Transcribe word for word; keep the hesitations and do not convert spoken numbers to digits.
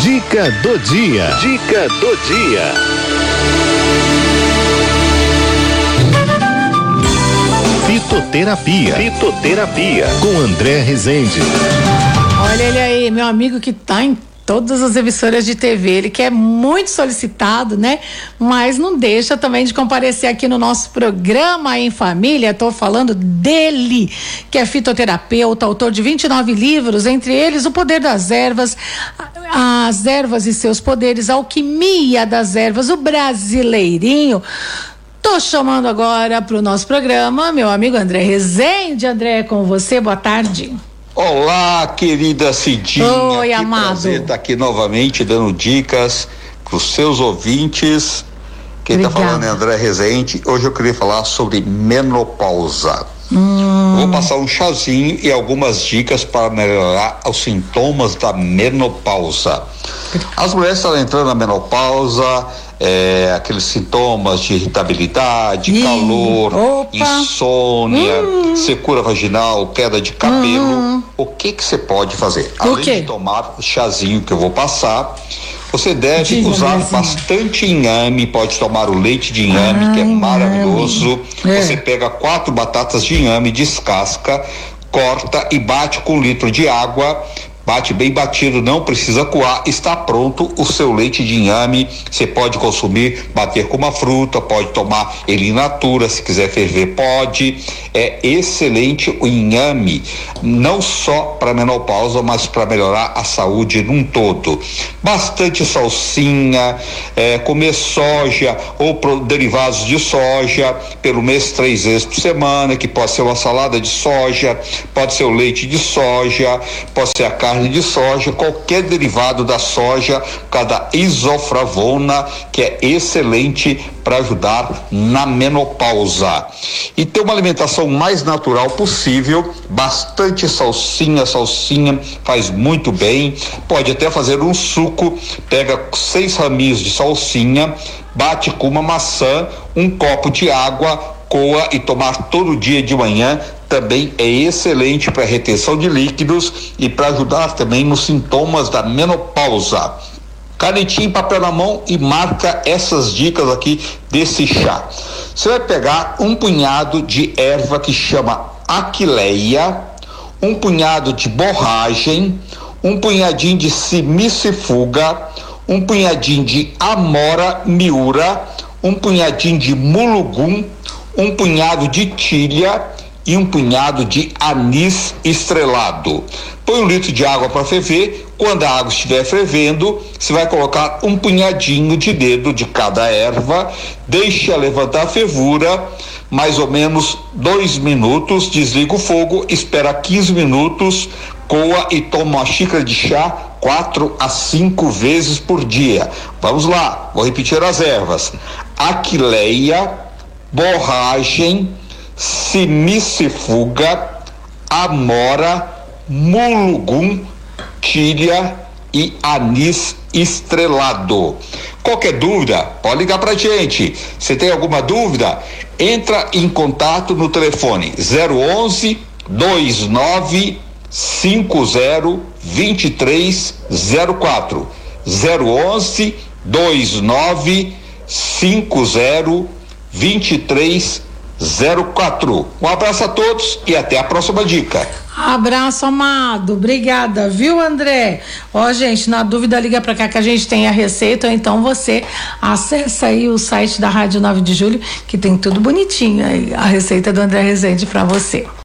Dica do dia. Dica do dia. Fitoterapia. Fitoterapia. Com André Rezende. Olha ele aí, meu amigo que tá em todas as emissoras de T V, ele que é muito solicitado, né? Mas não deixa também de comparecer aqui no nosso programa em família. Tô falando dele, que é fitoterapeuta, autor de vinte e nove livros, entre eles O Poder das Ervas, As Ervas e Seus Poderes, Alquimia das Ervas, o Brasileirinho. Tô chamando agora pro nosso programa meu amigo André Rezende. André, com você, boa tarde. Olá, querida Cidinha. Oi, que amado. prazer estar aqui novamente dando dicas para os seus ouvintes. Quem está falando é André Rezende. Hoje eu queria falar sobre menopausa. Hum. Vou passar um chazinho e algumas dicas para melhorar os sintomas da menopausa. As mulheres estão entrando na menopausa, é, aqueles sintomas de irritabilidade, Ih, calor, opa. insônia, hum. secura vaginal, queda de cabelo. Hum. O que que você pode fazer? O Além quê? de tomar o chazinho que eu vou passar, você deve Diga, usar assim. bastante inhame, pode tomar o leite de inhame, ah, que é maravilhoso. É. Você pega quatro batatas de inhame, descasca, corta e bate com um litro de água. Bate bem batido, não precisa coar, está pronto o seu leite de inhame. Você pode consumir, bater com uma fruta, pode tomar ele in natura, se quiser ferver pode. É excelente o inhame, não só para menopausa, mas para melhorar a saúde num todo. Bastante salsinha, é, comer soja ou pro, derivados de soja pelo mês três vezes por semana, que pode ser uma salada de soja, pode ser o leite de soja, pode ser a carne de soja, qualquer derivado da soja, por causa da isoflavona, que é excelente para ajudar na menopausa. E ter uma alimentação mais natural possível, bastante salsinha, salsinha faz muito bem. Pode até fazer um suco, pega seis raminhos de salsinha, bate com uma maçã, um copo de água, coa e tomar todo dia de manhã. Também é excelente para retenção de líquidos e para ajudar também nos sintomas da menopausa. Canetinha e papel na mão e marca essas dicas aqui desse chá. Você vai pegar um punhado de erva que chama aquileia, um punhado de borragem, um punhadinho de simicifuga, um punhadinho de amora miura, um punhadinho de mulugum, um punhado de tilha e um punhado de anis estrelado. Põe um litro de água para ferver. Quando a água estiver fervendo, você vai colocar um punhadinho de dedo de cada erva, deixa levantar a fervura, mais ou menos dois minutos, desliga o fogo, espera quinze minutos, coa e toma uma xícara de chá quatro a cinco vezes por dia. Vamos lá, vou repetir as ervas: aquileia, borragem, simicifuga, amora, mulugum, tilha e anis estrelado. Qualquer dúvida, pode ligar pra gente. Se tem alguma dúvida, entra em contato no telefone zero onze, dois nove cinco zero, dois três zero quatro. zero onze, dois nove cinco zero, dois três zero quatro. Um abraço a todos e até a próxima dica. Abraço, amado. Obrigada, viu, André? Ó, gente, na dúvida, liga pra cá que a gente tem a receita, ou então você acessa aí o site da Rádio nove de Julho, que tem tudo bonitinho aí, a receita do André Rezende pra você.